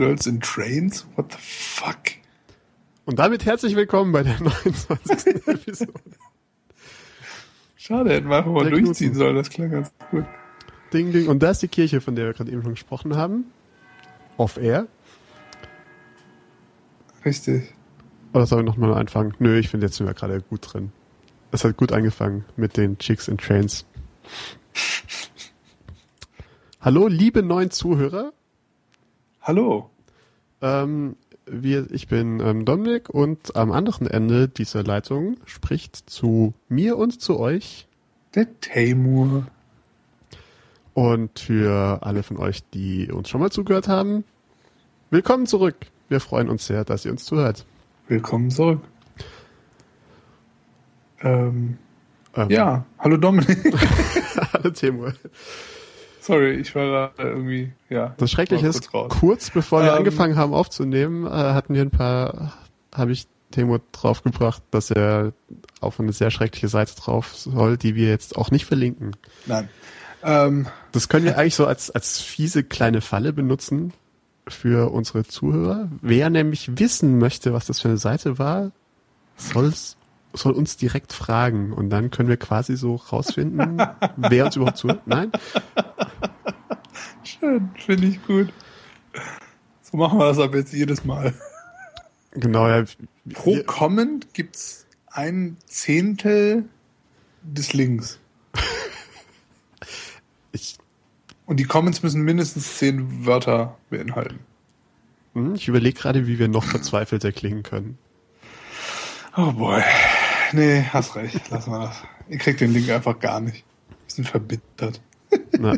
Girls in Trains? What the fuck? Und damit herzlich willkommen bei der 29. Episode. Schade, hätten wir einfach mal Der durchziehen Knuten. sollen, das klang ganz gut. Ding, ding. Und da ist die Kirche, von der wir gerade eben schon gesprochen haben. Off-Air. Richtig. Oder sollen wir nochmal anfangen? Nö, ich finde, jetzt sind wir gerade gut drin. Es hat gut angefangen mit den Chicks in Trains. Hallo, liebe neuen Zuhörer. Hallo. Ich bin Dominik und am anderen Ende dieser Leitung spricht zu mir und zu euch. Der Taimur. Und für alle von euch, die uns schon mal zugehört haben, willkommen zurück. Wir freuen uns sehr, dass ihr uns zuhört. Willkommen zurück. Ja, hallo Dominik. Hallo Timur. Sorry, ich war da irgendwie, ja. Das Schreckliche ist, kurz bevor wir angefangen haben aufzunehmen, habe ich Timur draufgebracht, dass er auf eine sehr schreckliche Seite drauf soll, die wir jetzt auch nicht verlinken. Nein. Das können wir eigentlich so als fiese kleine Falle benutzen für unsere Zuhörer. Wer nämlich wissen möchte, was das für eine Seite war, soll uns direkt fragen. Und dann können wir quasi so rausfinden, wer uns überhaupt zuhört. Nein? Schön, finde ich gut. So machen wir das ab jetzt jedes Mal. Genau, ja. Pro Comment gibt's 1/10 des Links. Und die Comments müssen mindestens 10 Wörter beinhalten. Ich überlege gerade, wie wir noch verzweifelter klingen können. Oh boy. Nee, hast recht. Lassen wir das. Ihr kriegt den Link einfach gar nicht. Wir sind verbittert. Na.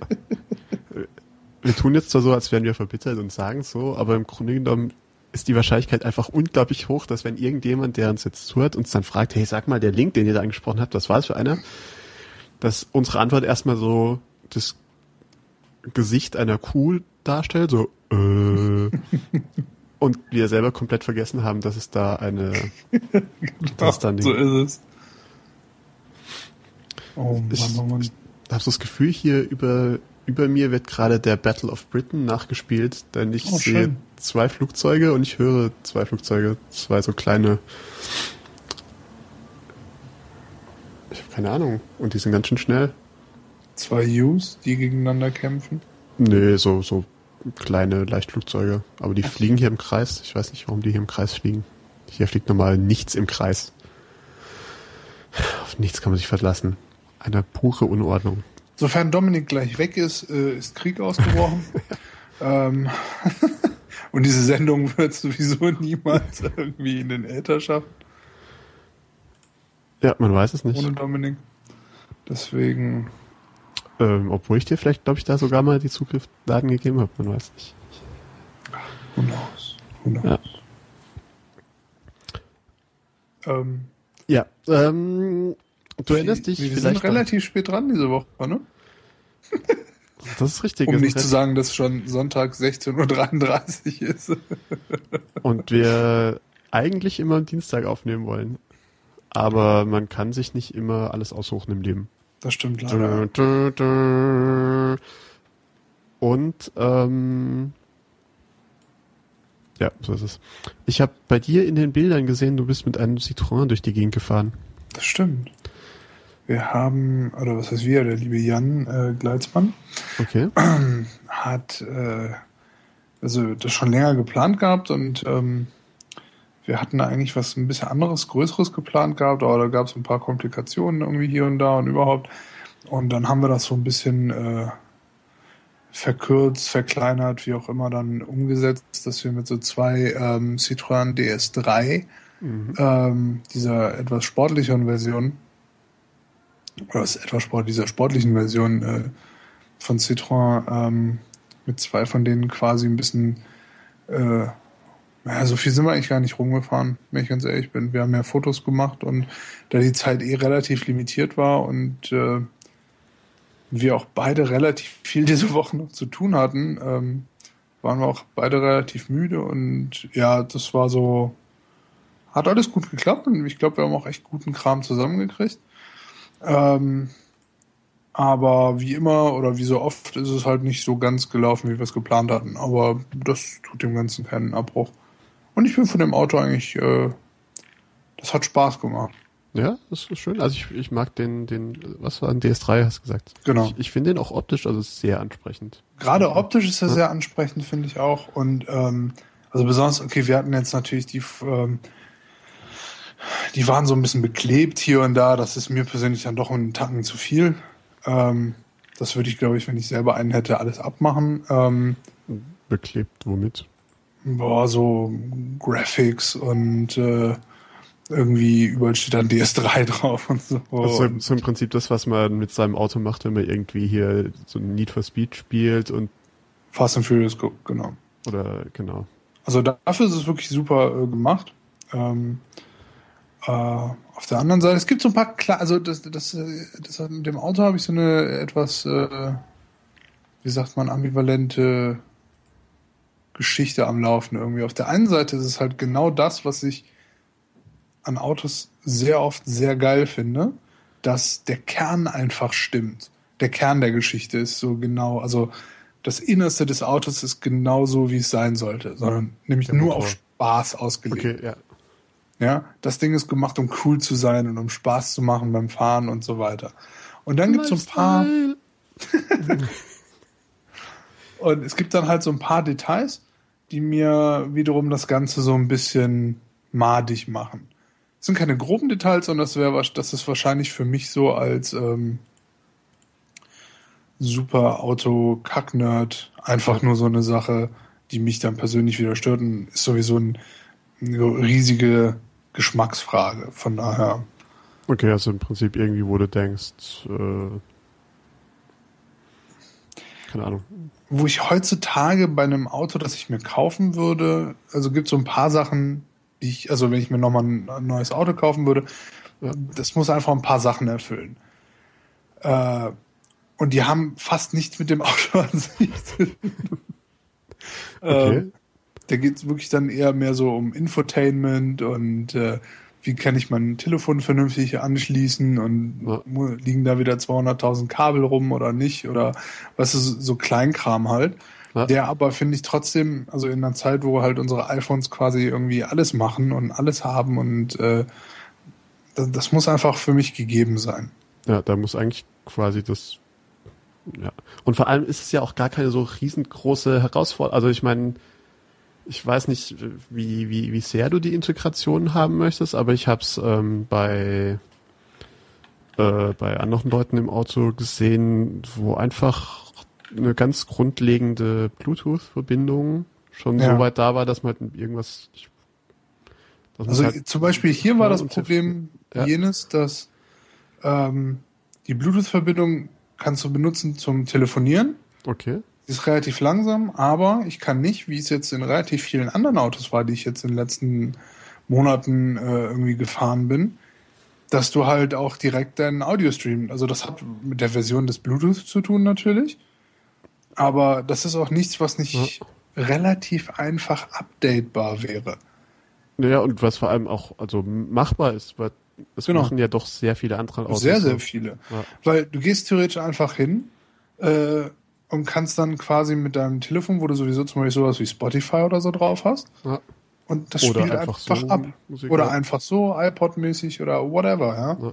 Wir tun jetzt zwar so, als wären wir verbittert und sagen so, aber im Grunde genommen ist die Wahrscheinlichkeit einfach unglaublich hoch, dass wenn irgendjemand, der uns jetzt zuhört, uns dann fragt, hey, sag mal, der Link, den ihr da angesprochen habt, was war das für einer? Dass unsere Antwort erstmal so das Gesicht einer Kuh darstellt, so und wir selber komplett vergessen haben, dass es da eine so ist es. Oh Mann. Ich habe so das Gefühl, hier über mir wird gerade der Battle of Britain nachgespielt, denn ich sehe schön. 2 Flugzeuge und ich höre 2 Flugzeuge, 2 so kleine. Ich habe keine Ahnung. Und die sind ganz schön schnell. 2 Us, die gegeneinander kämpfen. Nee, so kleine Leichtflugzeuge. Aber die fliegen hier im Kreis. Ich weiß nicht, warum die hier im Kreis fliegen. Hier fliegt normal nichts im Kreis. Auf nichts kann man sich verlassen. Eine pure Unordnung. Sofern Dominik gleich weg ist, ist Krieg ausgebrochen. Und diese Sendung wird sowieso niemals irgendwie in den Äther schaffen. Ja, man weiß es nicht. Ohne Dominik. Deswegen... obwohl ich dir vielleicht, glaube ich, da sogar mal die Zugriffsdaten gegeben habe. Man weiß nicht. Who knows? Ja. Du erinnerst dich wir vielleicht... sind relativ spät dran diese Woche, ne? Das ist richtig. Um nicht zu sagen, dass schon Sonntag 16:33 Uhr ist. Und wir eigentlich immer am Dienstag aufnehmen wollen. Aber man kann sich nicht immer alles aussuchen im Leben. Das stimmt leider. Und ja, so ist es. Ich habe bei dir in den Bildern gesehen, du bist mit einem Citroën durch die Gegend gefahren. Das stimmt. Wir haben, oder was heißt wir, der liebe Jan Gleitzmann, okay, hat also das schon länger geplant gehabt und wir hatten eigentlich was ein bisschen anderes, Größeres geplant gehabt, aber da gab es ein paar Komplikationen irgendwie hier und da und überhaupt. Und dann haben wir das so ein bisschen verkürzt, verkleinert, wie auch immer, dann umgesetzt, dass wir mit so 2 Citroën DS3, dieser etwas sportlicheren Version, oder dieser sportlichen Version von Citroën, mit 2 von denen quasi ein bisschen so viel sind wir eigentlich gar nicht rumgefahren, wenn ich ganz ehrlich bin. Wir haben ja Fotos gemacht und da die Zeit relativ limitiert war und wir auch beide relativ viel diese Woche noch zu tun hatten, waren wir auch beide relativ müde und ja, das war so, hat alles gut geklappt und ich glaube, wir haben auch echt guten Kram zusammengekriegt. Aber wie immer oder wie so oft ist es halt nicht so ganz gelaufen, wie wir es geplant hatten. Aber das tut dem Ganzen keinen Abbruch. Und ich bin von dem Auto eigentlich, das hat Spaß gemacht. Ja, das ist schön. Also ich mag was war ein DS3, hast du gesagt? Genau. Ich finde den auch optisch, also sehr ansprechend. Gerade optisch ist er sehr ansprechend, finde ich auch. Und also besonders, okay, wir hatten jetzt natürlich die waren so ein bisschen beklebt hier und da. Das ist mir persönlich dann doch einen Tacken zu viel. Das würde ich, glaube ich, wenn ich selber einen hätte, alles abmachen. Beklebt, womit? So Graphics und irgendwie überall steht dann DS3 drauf und so. Also so im Prinzip das, was man mit seinem Auto macht, wenn man irgendwie hier so ein Need for Speed spielt und Fast and Furious, genau. Oder genau. Also dafür ist es wirklich super gemacht. Auf der anderen Seite, es gibt so ein paar also das mit dem Auto habe ich so eine etwas, wie sagt man, ambivalente Geschichte am Laufen irgendwie. Auf der einen Seite ist es halt genau das, was ich an Autos sehr oft sehr geil finde, dass der Kern einfach stimmt. Der Kern der Geschichte ist so genau, also das Innerste des Autos ist genau so, wie es sein sollte, sondern nämlich nur auf Spaß ausgelegt. Okay, ja. Ja, das Ding ist gemacht, um cool zu sein und um Spaß zu machen beim Fahren und so weiter. Und dann gibt es so ein paar und es gibt dann halt so ein paar Details, die mir wiederum das Ganze so ein bisschen madig machen. Es sind keine groben Details, sondern das ist wahrscheinlich für mich so als super Auto-Kack-Nerd einfach nur so eine Sache, die mich dann persönlich wieder stört und ist sowieso eine riesige Geschmacksfrage. Von daher. Okay, also im Prinzip irgendwie, wo du denkst, keine Ahnung. Wo ich heutzutage bei einem Auto, das ich mir kaufen würde, also gibt es so ein paar Sachen, also wenn ich mir nochmal ein neues Auto kaufen würde, das muss einfach ein paar Sachen erfüllen. Und die haben fast nichts mit dem Auto an sich zu tun. Okay. Da geht es wirklich dann eher mehr so um Infotainment und wie kann ich mein Telefon vernünftig anschließen und liegen da wieder 200.000 Kabel rum oder nicht oder was ist so Kleinkram halt. Der aber, finde ich, trotzdem, also in einer Zeit, wo halt unsere iPhones quasi irgendwie alles machen und alles haben und das muss einfach für mich gegeben sein. Ja, da muss eigentlich quasi das, ja. Und vor allem ist es ja auch gar keine so riesengroße Herausforderung. Also ich meine, ich weiß nicht, wie sehr du die Integration haben möchtest, aber ich habe es bei anderen Leuten im Auto gesehen, wo einfach eine ganz grundlegende Bluetooth-Verbindung schon so weit da war, dass man halt irgendwas... Also halt zum Beispiel hier war das Problem jenes, dass die Bluetooth-Verbindung kannst du benutzen zum Telefonieren. Okay. Die ist relativ langsam, aber ich kann nicht, wie es jetzt in relativ vielen anderen Autos war, die ich jetzt in den letzten Monaten irgendwie gefahren bin, dass du halt auch direkt deinen Audio streamst. Also das hat mit der Version des Bluetooth zu tun natürlich, aber das ist auch nichts, was nicht relativ einfach updatebar wäre. Naja, und was vor allem auch also machbar ist, weil es machen ja doch sehr viele andere Autos. Sehr, sehr viele. Ja. Weil du gehst theoretisch einfach hin und kannst dann quasi mit deinem Telefon, wo du sowieso zum Beispiel sowas wie Spotify oder so drauf hast, und das spielt einfach so ab. Musik oder einfach so, iPod-mäßig oder whatever, ja.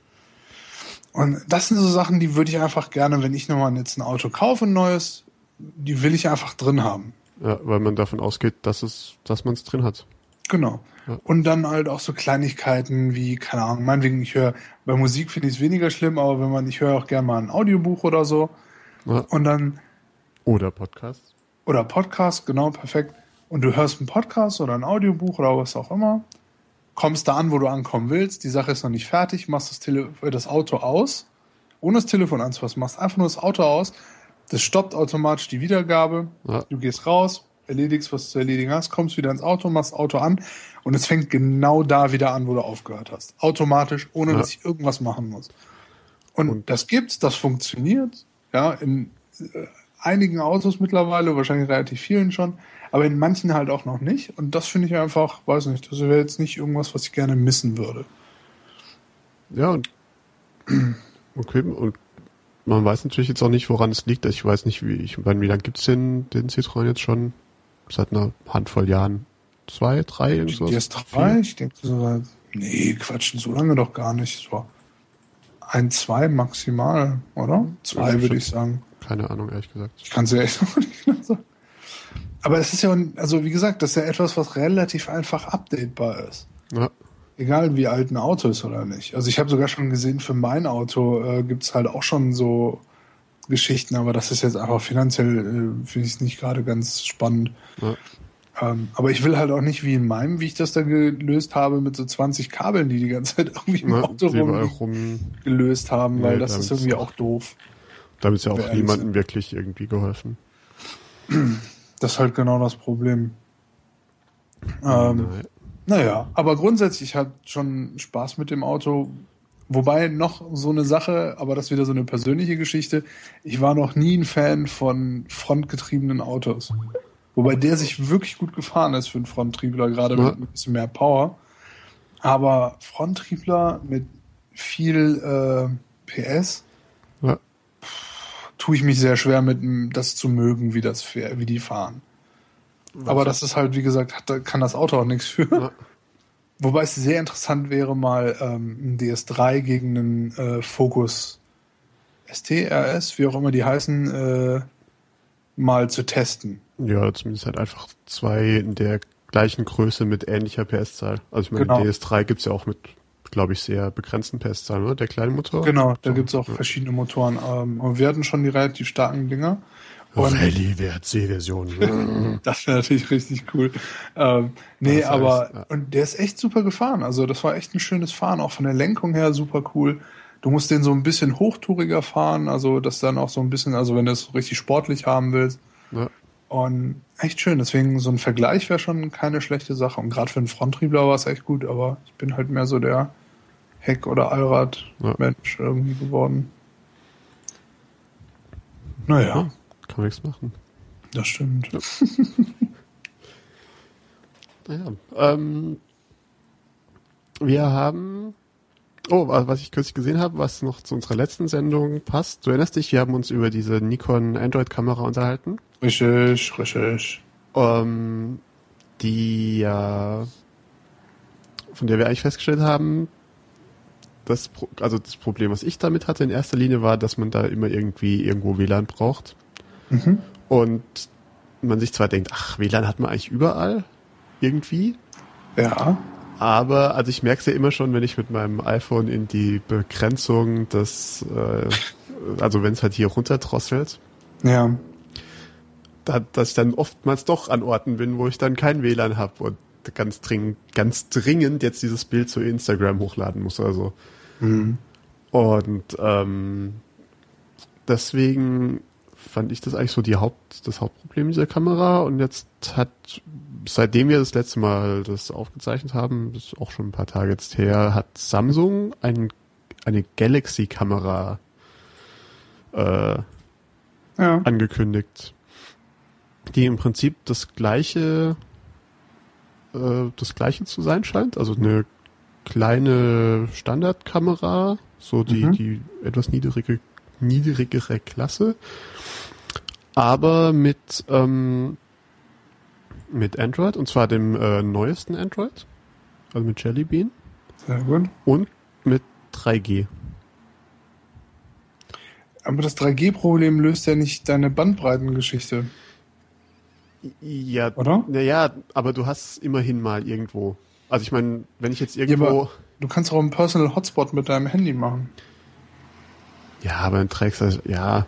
Und das sind so Sachen, die würde ich einfach gerne, wenn ich nochmal jetzt ein Auto kaufe, ein neues, die will ich einfach drin haben. Ja, weil man davon ausgeht, dass man es drin hat. Genau. Ja. Und dann halt auch so Kleinigkeiten wie, keine Ahnung, meinetwegen, bei Musik finde ich es weniger schlimm, aber ich höre auch gerne mal ein Audiobuch oder so. Ja. Und dann. Oder Podcast. Oder Podcast, genau, perfekt. Und du hörst einen Podcast oder ein Audiobuch oder was auch immer, kommst da an, wo du ankommen willst, die Sache ist noch nicht fertig, machst das Auto aus, ohne das Telefon anzufassen, machst einfach nur das Auto aus, das stoppt automatisch die Wiedergabe, du gehst raus, erledigst, was du zu erledigen hast, kommst wieder ins Auto, machst das Auto an und es fängt genau da wieder an, wo du aufgehört hast. Automatisch, ohne dass ich irgendwas machen muss. Und das gibt's, das funktioniert, ja, in einigen Autos mittlerweile, wahrscheinlich relativ vielen schon, aber in manchen halt auch noch nicht. Und das finde ich einfach, weiß nicht, das wäre jetzt nicht irgendwas, was ich gerne missen würde. Ja, und okay, und man weiß natürlich jetzt auch nicht, woran es liegt. Ich weiß nicht, wie lange gibt's den Citroën jetzt schon? Seit einer Handvoll Jahren. 2, 3, irgendwas? Die S3, ich denke so, nee, Quatsch, so lange doch gar nicht. So 1, 2 maximal, oder? 2 würde ich sagen. Keine Ahnung, ehrlich gesagt. Ich kann es ja echt noch nicht genau sagen. Aber es ist ja, also wie gesagt, das ist ja etwas, was relativ einfach updatebar ist. Ja. Egal wie alt ein Auto ist oder nicht. Also ich habe sogar schon gesehen, für mein Auto gibt es halt auch schon so Geschichten, aber das ist jetzt einfach finanziell, finde ich es nicht gerade ganz spannend. Ja. Aber ich will halt auch nicht wie in meinem, wie ich das da gelöst habe, mit so 20 Kabeln, die ganze Zeit irgendwie im Auto gelöst haben, weil das ist irgendwie auch doof. Damit ist ja auch niemandem wirklich irgendwie geholfen. Das ist halt genau das Problem. Naja, aber grundsätzlich hat schon Spaß mit dem Auto. Wobei noch so eine Sache, aber das ist wieder so eine persönliche Geschichte. Ich war noch nie ein Fan von frontgetriebenen Autos. Wobei der sich wirklich gut gefahren ist für einen Fronttriebler, gerade mit ein bisschen mehr Power. Aber Fronttriebler mit viel PS tue ich mich sehr schwer mit das zu mögen, wie die fahren. Aber das ist halt, wie gesagt, kann das Auto auch nichts für. Ja. Wobei es sehr interessant wäre, mal ein DS3 gegen einen Focus ST, RS, wie auch immer die heißen, mal zu testen. Ja, zumindest halt einfach 2 in der gleichen Größe mit ähnlicher PS-Zahl. Also ich meine, genau. DS3 gibt's ja auch mit, glaube ich, sehr begrenzten PS-Zahlen, oder? Der kleine Motor? Genau, da gibt's auch verschiedene Motoren. Und wir hatten schon die relativ starken Dinger. Rallye-WRC-Version. Das wäre natürlich richtig cool. Und der ist echt super gefahren. Also das war echt ein schönes Fahren, auch von der Lenkung her super cool. Du musst den so ein bisschen hochtouriger fahren, also das dann auch so ein bisschen, also wenn du es richtig sportlich haben willst. Ja. Und echt schön, deswegen so ein Vergleich wäre schon keine schlechte Sache. Und gerade für einen Fronttriebler war es echt gut, aber ich bin halt mehr so der Heck- oder Allrad-Mensch irgendwie geworden. Naja. Kann man nichts machen. Das stimmt. Ja. Naja. Wir haben... Oh, was ich kürzlich gesehen habe, was noch zu unserer letzten Sendung passt. Du erinnerst dich, wir haben uns über diese Nikon Android-Kamera unterhalten. Richtig. Die ja, von der wir eigentlich festgestellt haben, das Problem, was ich damit hatte in erster Linie war, dass man da immer irgendwo WLAN braucht. Mhm. Und man sich zwar denkt, WLAN hat man eigentlich überall irgendwie. Ja. Aber, also ich merke es ja immer schon, wenn ich mit meinem iPhone in die Begrenzung also wenn es halt hier runterdrosselt. Ja. Dass ich dann oftmals doch an Orten bin, wo ich dann kein WLAN habe und ganz dringend jetzt dieses Bild zu Instagram hochladen muss oder so. Mhm. Und deswegen fand ich das eigentlich so das Hauptproblem dieser Kamera. Und jetzt seitdem wir das letzte Mal das aufgezeichnet haben, das ist auch schon ein paar Tage jetzt her, hat Samsung eine Galaxy-Kamera angekündigt, die im Prinzip das Gleiche zu sein scheint. Also eine kleine Standardkamera, so die etwas niedrigere Klasse, aber mit Android, und zwar dem neuesten Android, also mit Jelly Bean. Sehr gut. Und mit 3G. Aber das 3G-Problem löst ja nicht deine Bandbreitengeschichte. Ja, oder? Naja, aber du hast immerhin mal irgendwo. Also ich meine, wenn ich jetzt irgendwo... Ja, aber du kannst auch einen Personal Hotspot mit deinem Handy machen. Ja, aber dann trägst du... Ja.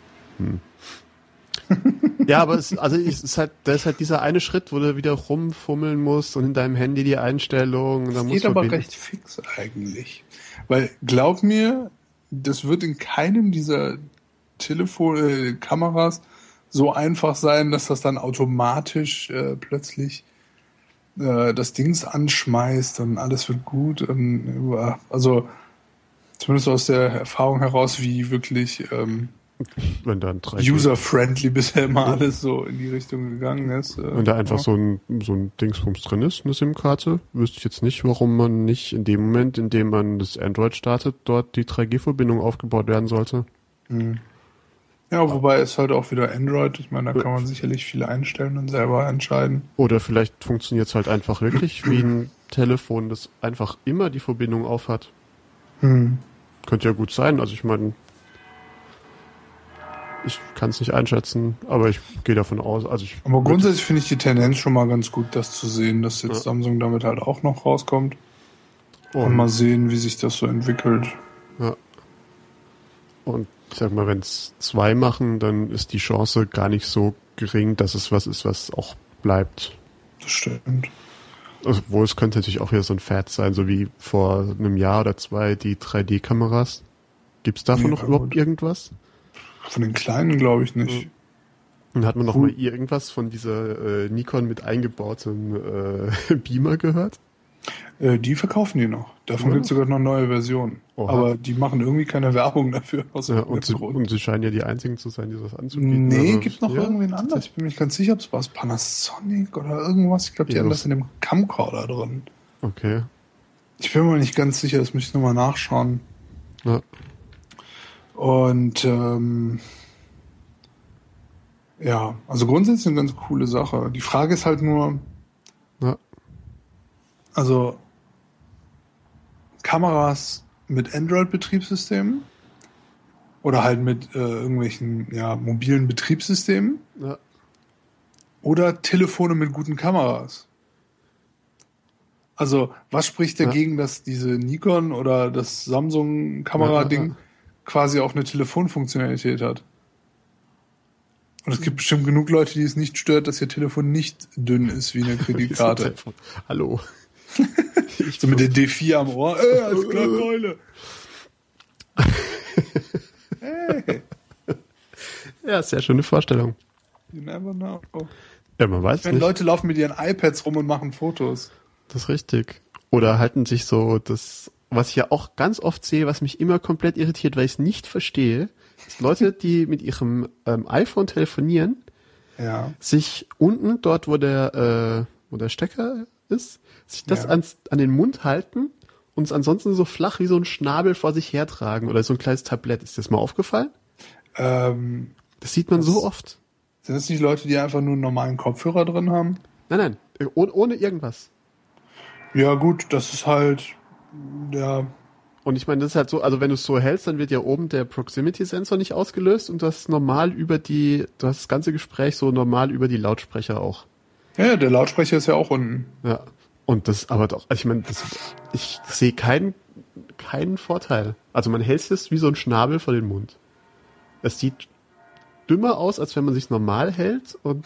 Ja, aber das ist halt dieser eine Schritt, wo du wieder rumfummeln musst und in deinem Handy die Einstellungen. Das geht aber recht fix eigentlich. Weil, glaub mir, das wird in keinem dieser Kameras so einfach sein, dass das dann automatisch plötzlich das Dings anschmeißt und alles wird gut. Also zumindest aus der Erfahrung heraus, wie wirklich wenn dann user-friendly bisher immer alles so in die Richtung gegangen ist. Wenn da einfach so ein Dingsbums drin ist, eine SIM-Karte, wüsste ich jetzt nicht, warum man nicht in dem Moment, in dem man das Android startet, dort die 3G-Verbindung aufgebaut werden sollte. Hm. Ja, wobei es halt auch wieder Android, ich meine, da kann man sicherlich viel einstellen und selber entscheiden. Oder vielleicht funktioniert es halt einfach wirklich wie ein Telefon, das einfach immer die Verbindung auf hat. Könnte ja gut sein. Also ich meine, ich kann es nicht einschätzen, aber ich gehe davon aus. Aber grundsätzlich finde ich die Tendenz schon mal ganz gut, das zu sehen, dass jetzt Samsung damit halt auch noch rauskommt. Und mal sehen, wie sich das so entwickelt. Ja. Und ich sag mal, wenn es 2 machen, dann ist die Chance gar nicht so gering, dass es was ist, was auch bleibt. Das stimmt. Obwohl es könnte natürlich auch wieder so ein Fad sein, so wie vor einem Jahr oder 2 die 3D-Kameras. Gibt es davon noch überhaupt irgendwas? Von den kleinen glaube ich nicht. Und hat man noch mal irgendwas von dieser Nikon mit eingebautem Beamer gehört? Die verkaufen die noch. Davon gibt es sogar noch neue Versionen. Oha. Aber die machen irgendwie keine Werbung dafür. Und sie scheinen ja die einzigen zu sein, die das anzubieten. Nee, gibt noch irgendwen anders. Ich bin mir nicht ganz sicher, ob es war Panasonic oder irgendwas. Ich glaube, die haben das in dem Camcorder drin. Okay. Ich bin mir nicht ganz sicher, das muss ich nochmal nachschauen. Ja. Und ja, also grundsätzlich eine ganz coole Sache. Die Frage ist halt nur, also Kameras mit Android-Betriebssystemen oder halt mit irgendwelchen mobilen Betriebssystemen oder Telefone mit guten Kameras. Also was spricht dagegen, dass diese Nikon oder das Samsung-Kamera-Ding quasi auch eine Telefonfunktionalität hat? Und es gibt bestimmt genug Leute, die es nicht stört, dass ihr Telefon nicht dünn ist wie eine Kreditkarte. Hallo. So mit der D4 am Ohr. Alles klar, Keule. Hey. Ja, sehr schöne Vorstellung. You never know. Ja, man weiß nicht. Leute laufen mit ihren iPads rum und machen Fotos. Das ist richtig. Oder halten sich so das, was ich ja auch ganz oft sehe, was mich immer komplett irritiert, weil ich es nicht verstehe, ist Leute, die mit ihrem iPhone telefonieren, sich unten dort, wo der Stecker ist, sich das an den Mund halten und es ansonsten so flach wie so ein Schnabel vor sich hertragen oder so ein kleines Tablett. Ist das mal aufgefallen? Das sieht man so oft. Sind das nicht Leute, die einfach nur einen normalen Kopfhörer drin haben? Nein, ohne irgendwas. Ja gut, das ist halt, Und ich meine, das ist halt so, also wenn du es so hältst, dann wird ja oben der Proximity-Sensor nicht ausgelöst und du hast das ganze Gespräch so normal über die Lautsprecher auch. Ja, der Lautsprecher ist ja auch unten. Ja. Und das aber doch, ich meine, ich sehe keinen Vorteil. Also man hält es wie so ein Schnabel vor den Mund. Es sieht dümmer aus, als wenn man sich normal hält und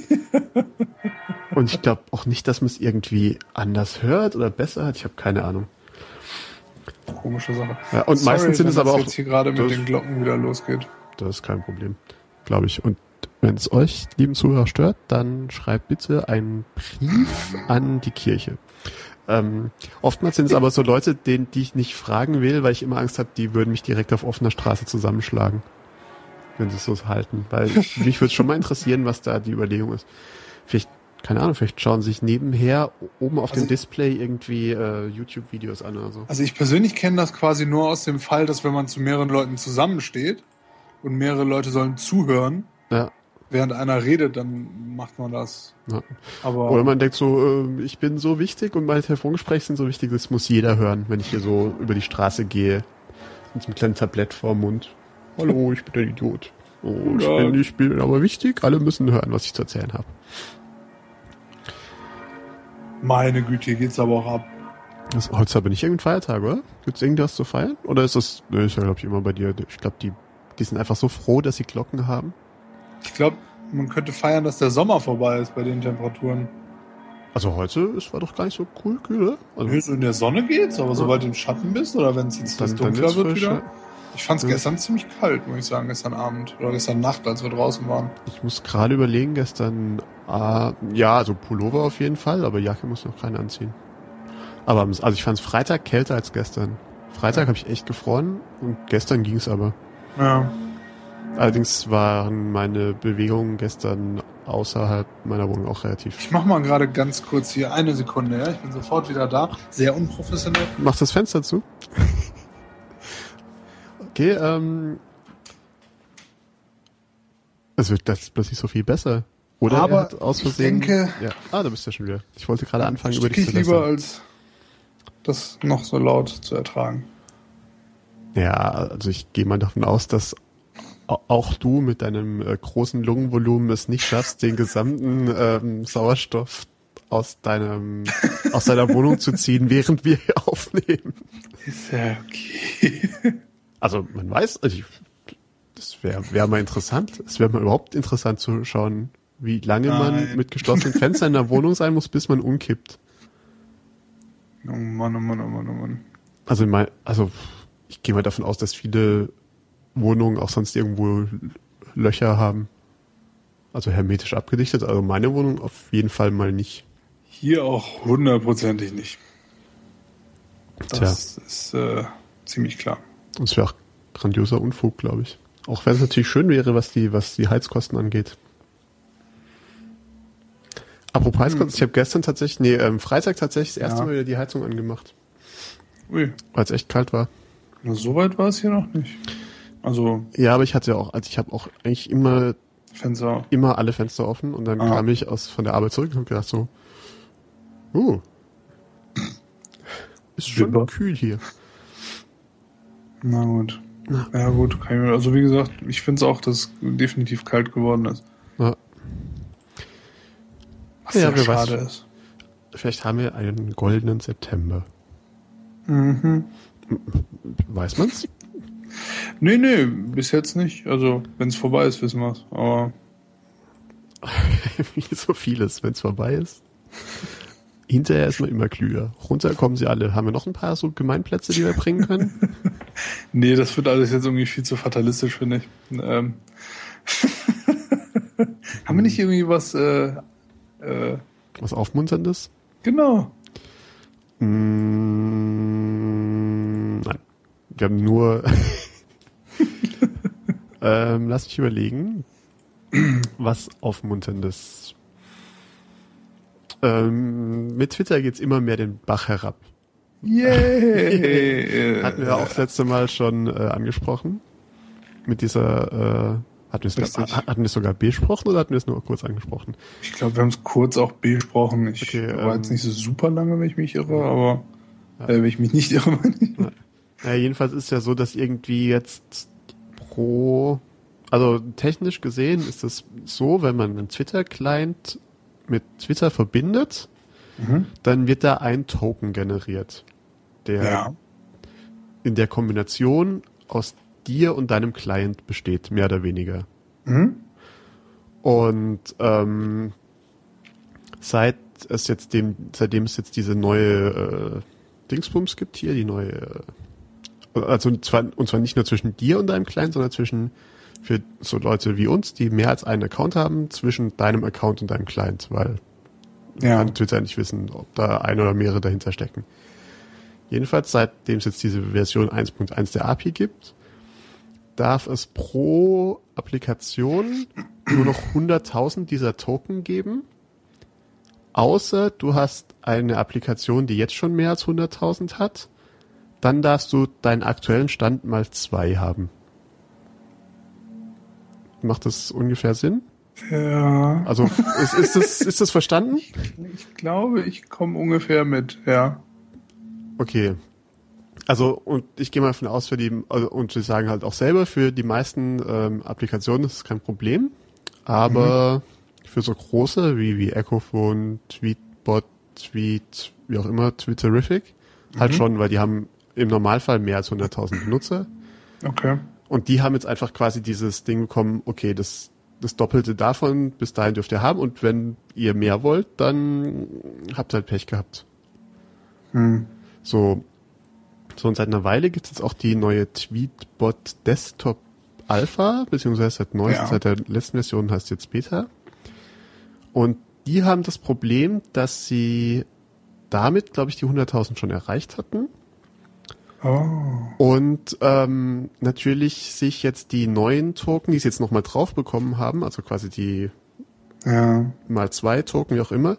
ich glaube auch nicht, dass man es irgendwie anders hört oder besser hat. Ich habe keine Ahnung. Komische Sache. Ja, und meistens sind es aber auch jetzt hier gerade mit den Glocken wieder losgeht. Das ist kein Problem, glaube ich. Und wenn es euch, lieben Zuhörer, stört, dann schreibt bitte einen Brief an die Kirche. Oftmals sind es aber so Leute, die ich nicht fragen will, weil ich immer Angst habe, die würden mich direkt auf offener Straße zusammenschlagen, wenn sie es so halten. Weil mich würde es schon mal interessieren, was da die Überlegung ist. Vielleicht, keine Ahnung, vielleicht schauen sich nebenher oben auf dem Display irgendwie YouTube-Videos an oder so. Also ich persönlich kenne das quasi nur aus dem Fall, dass wenn man zu mehreren Leuten zusammensteht und mehrere Leute sollen zuhören, während einer redet, dann macht man das. Ja. Oder man denkt so, ich bin so wichtig und meine Telefongespräche sind so wichtig, das muss jeder hören, wenn ich hier so über die Straße gehe mit so einem kleinen Tablett vor dem Mund. Hallo, ich bin der Idiot. Oh, ich bin aber wichtig, alle müssen hören, was ich zu erzählen habe. Meine Güte, hier geht's aber auch ab. Das ist heute aber nicht irgendein Feiertag, oder? Gibt's irgendwas zu feiern? Oder ist das, ist ja glaube ich immer bei dir, ich glaube die sind einfach so froh, dass sie Glocken haben. Ich glaube, man könnte feiern, dass der Sommer vorbei ist bei den Temperaturen. Also heute war doch gar nicht so kühl, oder? Also so in der Sonne geht's, aber sobald du im Schatten bist oder wenn es jetzt dunkler wird wieder. Ich fand es gestern ziemlich kalt, muss ich sagen, gestern Abend oder gestern Nacht, als wir draußen waren. Ich muss gerade überlegen, gestern, also Pullover auf jeden Fall, aber Jacke muss noch keine anziehen. Aber also ich fand es Freitag kälter als gestern. Freitag habe ich echt gefroren und gestern ging es aber. Ja. Allerdings waren meine Bewegungen gestern außerhalb meiner Wohnung auch relativ. Ich mach mal gerade ganz kurz hier eine Sekunde, ja? Ich bin sofort wieder da. Sehr unprofessionell. Machst das Fenster zu? Okay, Also das ist plötzlich so viel besser. Oder aber er hat aus Versehen... ich denke... Ja. Da bist du ja schon wieder. Ich wollte gerade anfangen über dich die zu lieber, als das noch so laut zu ertragen. Ja, also ich gehe mal davon aus, dass auch du mit deinem großen Lungenvolumen es nicht schaffst, den gesamten Sauerstoff aus deiner Wohnung zu ziehen, während wir hier aufnehmen. Ist ja okay. Also man weiß, das wäre mal interessant. Es wäre mal überhaupt interessant zu schauen, wie lange man mit geschlossenen Fenstern in der Wohnung sein muss, bis man umkippt. Oh Mann, oh Mann, oh Mann, oh Mann. Also ich gehe mal davon aus, dass viele Wohnungen auch sonst irgendwo Löcher haben. Also hermetisch abgedichtet. Also meine Wohnung auf jeden Fall mal nicht. Hier auch 100%ig nicht. Das ist ziemlich klar. Und es wäre auch grandioser Unfug, glaube ich. Auch wenn es natürlich schön wäre, was die Heizkosten angeht. Apropos Heizkosten, ich habe gestern Freitag tatsächlich das erste Mal wieder die Heizung angemacht. Ui. Weil es echt kalt war. Na, so weit war es hier noch nicht. Also. Ja, aber ich habe auch eigentlich immer alle Fenster offen und dann kam ich von der Arbeit zurück und habe gedacht so, ist schon kühl hier. Na gut. Ja gut, also wie gesagt, ich finde es auch, dass es definitiv kalt geworden ist. Ja. Was sehr schade ist. Vielleicht haben wir einen goldenen September. Mhm. Weiß man's? Nee, bis jetzt nicht. Also, wenn es vorbei ist, wissen wir es. Aber wie so vieles, wenn es vorbei ist. Hinterher ist man immer klüger. Runter kommen sie alle. Haben wir noch ein paar so Gemeinplätze, die wir bringen können? Nee, das wird alles jetzt irgendwie viel zu fatalistisch, finde ich. Haben wir nicht irgendwie was was Aufmunterndes? Genau. Nein. Wir haben nur lass mich überlegen. Was Aufmunterndes. Mit Twitter geht's immer mehr den Bach herab. Yay! Hatten wir auch das letzte Mal schon angesprochen. Mit dieser, hatten wir es sogar besprochen oder hatten wir es nur kurz angesprochen? Ich glaube, wir haben es kurz auch besprochen. Ich war jetzt nicht so super lange, wenn ich mich irre, aber wenn ich mich nicht irre, meine ich. Ja, jedenfalls ist ja so, dass irgendwie jetzt also technisch gesehen ist es so, wenn man einen Twitter-Client mit Twitter verbindet, dann wird da ein Token generiert, der in der Kombination aus dir und deinem Client besteht, mehr oder weniger. Und seitdem es jetzt diese neue Dingsbums gibt hier, die neue, und zwar nicht nur zwischen dir und deinem Client, sondern für so Leute wie uns, die mehr als einen Account haben, zwischen deinem Account und deinem Client, weil kann Twitter nicht wissen, ob da ein oder mehrere dahinter stecken. Jedenfalls, seitdem es jetzt diese Version 1.1 der API gibt, darf es pro Applikation nur noch 100.000 dieser Token geben, außer du hast eine Applikation, die jetzt schon mehr als 100.000 hat, dann darfst du deinen aktuellen Stand mal 2 haben. Macht das ungefähr Sinn? Ja. Also ist das verstanden? Ich glaube, ich komme ungefähr mit, ja. Okay. Also, und ich gehe mal davon aus, und wir sagen halt auch selber, für die meisten Applikationen ist es kein Problem. Aber für so große wie Echophone, Tweetbot, Tweet, wie auch immer, Twitterific, halt schon, weil die haben im Normalfall mehr als 100.000 Benutzer. Okay. Und die haben jetzt einfach quasi dieses Ding bekommen, okay, das Doppelte davon, bis dahin dürft ihr haben, und wenn ihr mehr wollt, dann habt ihr halt Pech gehabt. So, und seit einer Weile gibt es jetzt auch die neue Tweetbot Desktop Alpha, beziehungsweise seit der letzten Version heißt jetzt Beta. Und die haben das Problem, dass sie damit, glaube ich, die 100.000 schon erreicht hatten. Und natürlich sich jetzt die neuen Token, die sie jetzt nochmal drauf bekommen haben, also quasi die mal 2 Token, wie auch immer,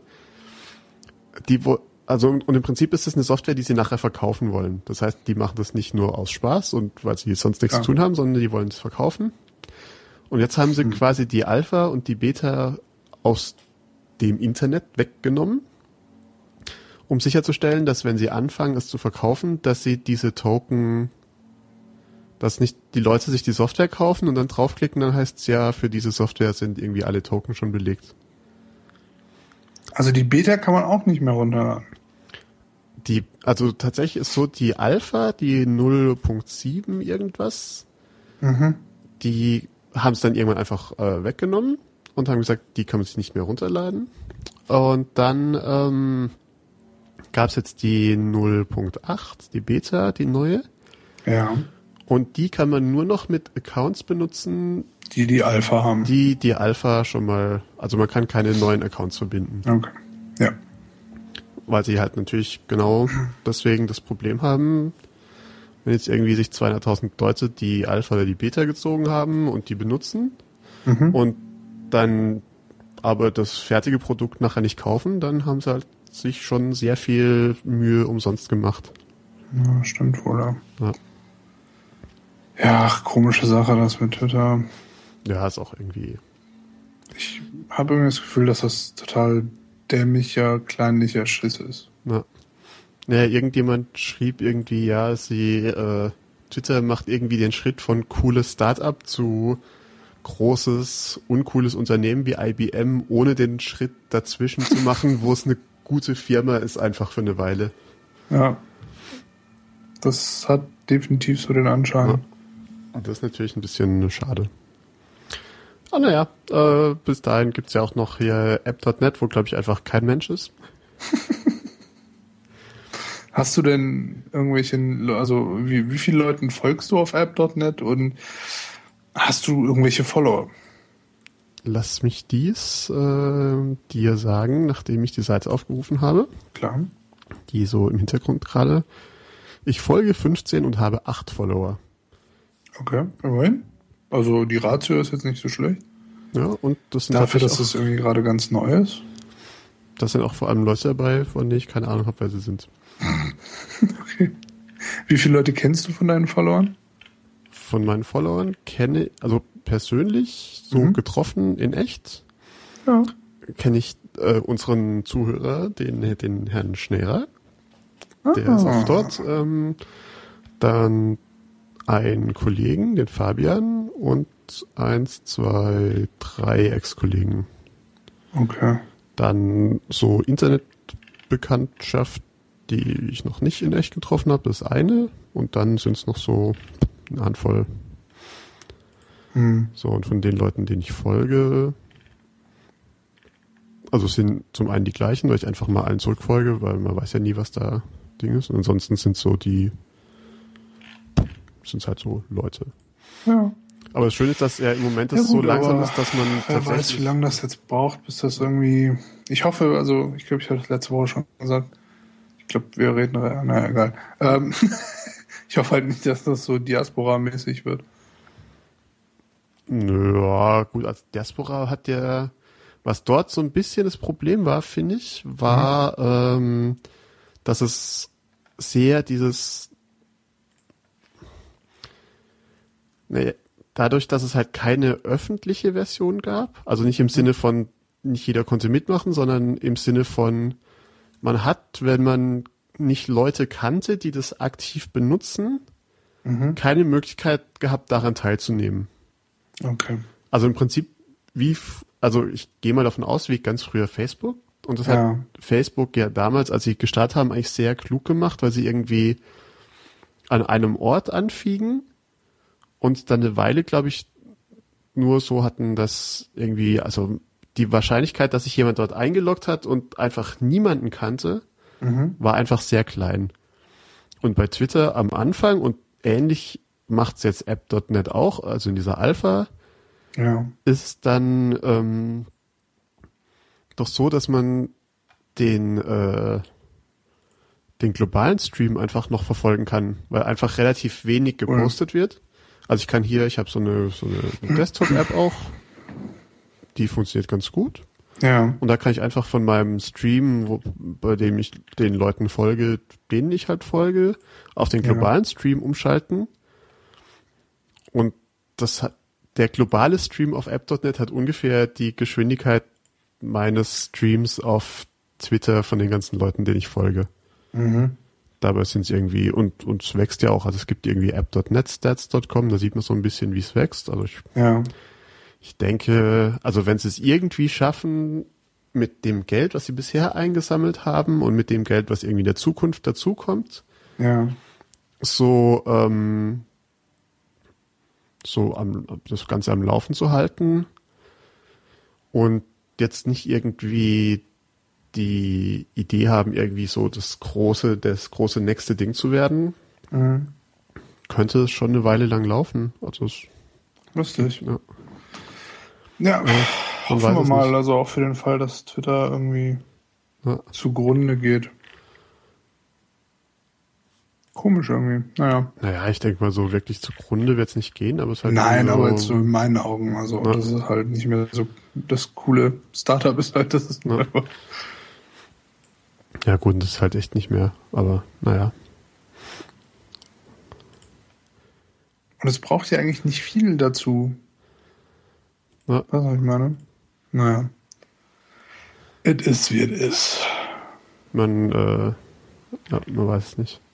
und im Prinzip ist das eine Software, die sie nachher verkaufen wollen. Das heißt, die machen das nicht nur aus Spaß und weil sie sonst nichts zu tun haben, sondern die wollen es verkaufen. Und jetzt haben sie quasi die Alpha und die Beta aus dem Internet weggenommen, um sicherzustellen, dass wenn sie anfangen, es zu verkaufen, dass sie diese Token, dass nicht die Leute sich die Software kaufen und dann draufklicken, dann heißt es ja, für diese Software sind irgendwie alle Token schon belegt. Also die Beta kann man auch nicht mehr runterladen. Also tatsächlich ist so, die Alpha, die 0.7 irgendwas, die haben es dann irgendwann einfach weggenommen und haben gesagt, die kann man sich nicht mehr runterladen. Und dann gab es jetzt die 0.8, die Beta, die neue. Ja. Und die kann man nur noch mit Accounts benutzen, Die Alpha haben. die Alpha schon mal, also man kann keine neuen Accounts verbinden. Okay. Ja. Weil sie halt natürlich genau deswegen das Problem haben, wenn jetzt irgendwie sich 200.000 Leute die Alpha oder die Beta gezogen haben und die benutzen und dann aber das fertige Produkt nachher nicht kaufen, dann haben sie halt sich schon sehr viel Mühe umsonst gemacht. Ja, stimmt wohl. Ja. Ja, komische Sache, das mit Twitter. Ja, ist auch irgendwie. Ich habe irgendwie das Gefühl, dass das total dämlicher, kleinlicher Schiss ist. Ja. Naja, irgendjemand schrieb irgendwie, ja, Twitter macht irgendwie den Schritt von cooles Startup zu großes, uncooles Unternehmen wie IBM, ohne den Schritt dazwischen zu machen, wo es eine gute Firma ist, einfach für eine Weile. Ja. Das hat definitiv so den Anschein. Ja. Und das ist natürlich ein bisschen schade. Ah, naja, bis dahin gibt's ja auch noch hier App.net, wo, glaube ich, einfach kein Mensch ist. Hast du denn wie viele Leuten folgst du auf App.net und hast du irgendwelche Follower? Lass mich dies dir sagen, nachdem ich die Seite aufgerufen habe. Klar. Die so im Hintergrund gerade. Ich folge 15 und habe 8 Follower. Okay, immerhin. Also die Ratio ist jetzt nicht so schlecht. Ja, und das sind dafür, dass es irgendwie gerade ganz neu ist. Das sind auch vor allem Leute dabei, von denen ich keine Ahnung habe, wer sie sind. Okay. Wie viele Leute kennst du von deinen Followern? Von meinen Followern also persönlich, so getroffen in echt, kenne ich unseren Zuhörer, den Herrn Schneerer. Der ist auch dort. Dann einen Kollegen, den Fabian, und 1, 2, 3 Ex-Kollegen. Okay. Dann so Internetbekanntschaft, die ich noch nicht in echt getroffen habe, das eine. Und dann sind es noch so eine Handvoll. So, und von den Leuten, denen ich folge, also es sind zum einen die gleichen, weil ich einfach mal allen zurückfolge, weil man weiß ja nie, was da Ding ist. Und ansonsten sind es halt so Leute. Ja. Aber das Schöne ist, dass er im Moment so langsam ist, dass man wer weiß, wie lange das jetzt braucht, bis das irgendwie... Ich hoffe, also ich glaube, ich hatte das letzte Woche schon gesagt. Ich glaube, wir reden... Naja, egal. Ich hoffe halt nicht, dass das so Diaspora-mäßig wird. Ja, gut, als Diaspora hat der... Was dort so ein bisschen das Problem war, finde ich, war, dass es sehr dadurch, dass es halt keine öffentliche Version gab, also nicht im Sinne von, nicht jeder konnte mitmachen, sondern im Sinne von, man hat, wenn man nicht Leute kannte, die das aktiv benutzen, keine Möglichkeit gehabt, daran teilzunehmen. Okay. Also im Prinzip also ich gehe mal davon aus, wie ganz früher Facebook. Und das hat Facebook ja damals, als sie gestartet haben, eigentlich sehr klug gemacht, weil sie irgendwie an einem Ort anfingen und dann eine Weile, glaube ich, nur so hatten, dass irgendwie, also die Wahrscheinlichkeit, dass sich jemand dort eingeloggt hat und einfach niemanden kannte, war einfach sehr klein. Und bei Twitter am Anfang, und ähnlich macht's jetzt App.net auch, also in dieser Alpha, ist dann doch so, dass man den globalen Stream einfach noch verfolgen kann, weil einfach relativ wenig gepostet wird. Also ich habe so eine Desktop-App auch, die funktioniert ganz gut. Ja. Und da kann ich einfach von meinem Stream, bei dem ich den Leuten folge, denen ich halt folge, auf den globalen Stream umschalten. Und der globale Stream auf app.net hat ungefähr die Geschwindigkeit meines Streams auf Twitter von den ganzen Leuten, denen ich folge. Mhm. Dabei sind es irgendwie, und es wächst ja auch, also es gibt irgendwie app.net, stats.com, da sieht man so ein bisschen, wie es wächst. Also ich denke, also wenn sie es irgendwie schaffen, mit dem Geld, was sie bisher eingesammelt haben und mit dem Geld, was irgendwie in der Zukunft dazukommt, das Ganze am Laufen zu halten und jetzt nicht irgendwie die Idee haben, irgendwie so das große nächste Ding zu werden, könnte es schon eine Weile lang laufen. Also lustig. Ja, hoffen wir mal, also auch für den Fall, dass Twitter irgendwie zugrunde geht. Komisch irgendwie, Naja, ich denke mal, so wirklich zugrunde wird es nicht gehen, aber es halt. Nein, aber jetzt so in meinen Augen, also das ist halt nicht mehr so das coole Startup ist halt, das ist einfach. Ja gut, das ist halt echt nicht mehr, aber naja. Und es braucht ja eigentlich nicht viel dazu. Ja. Was ich meine? Naja. It is, wie it is. Man weiß es nicht.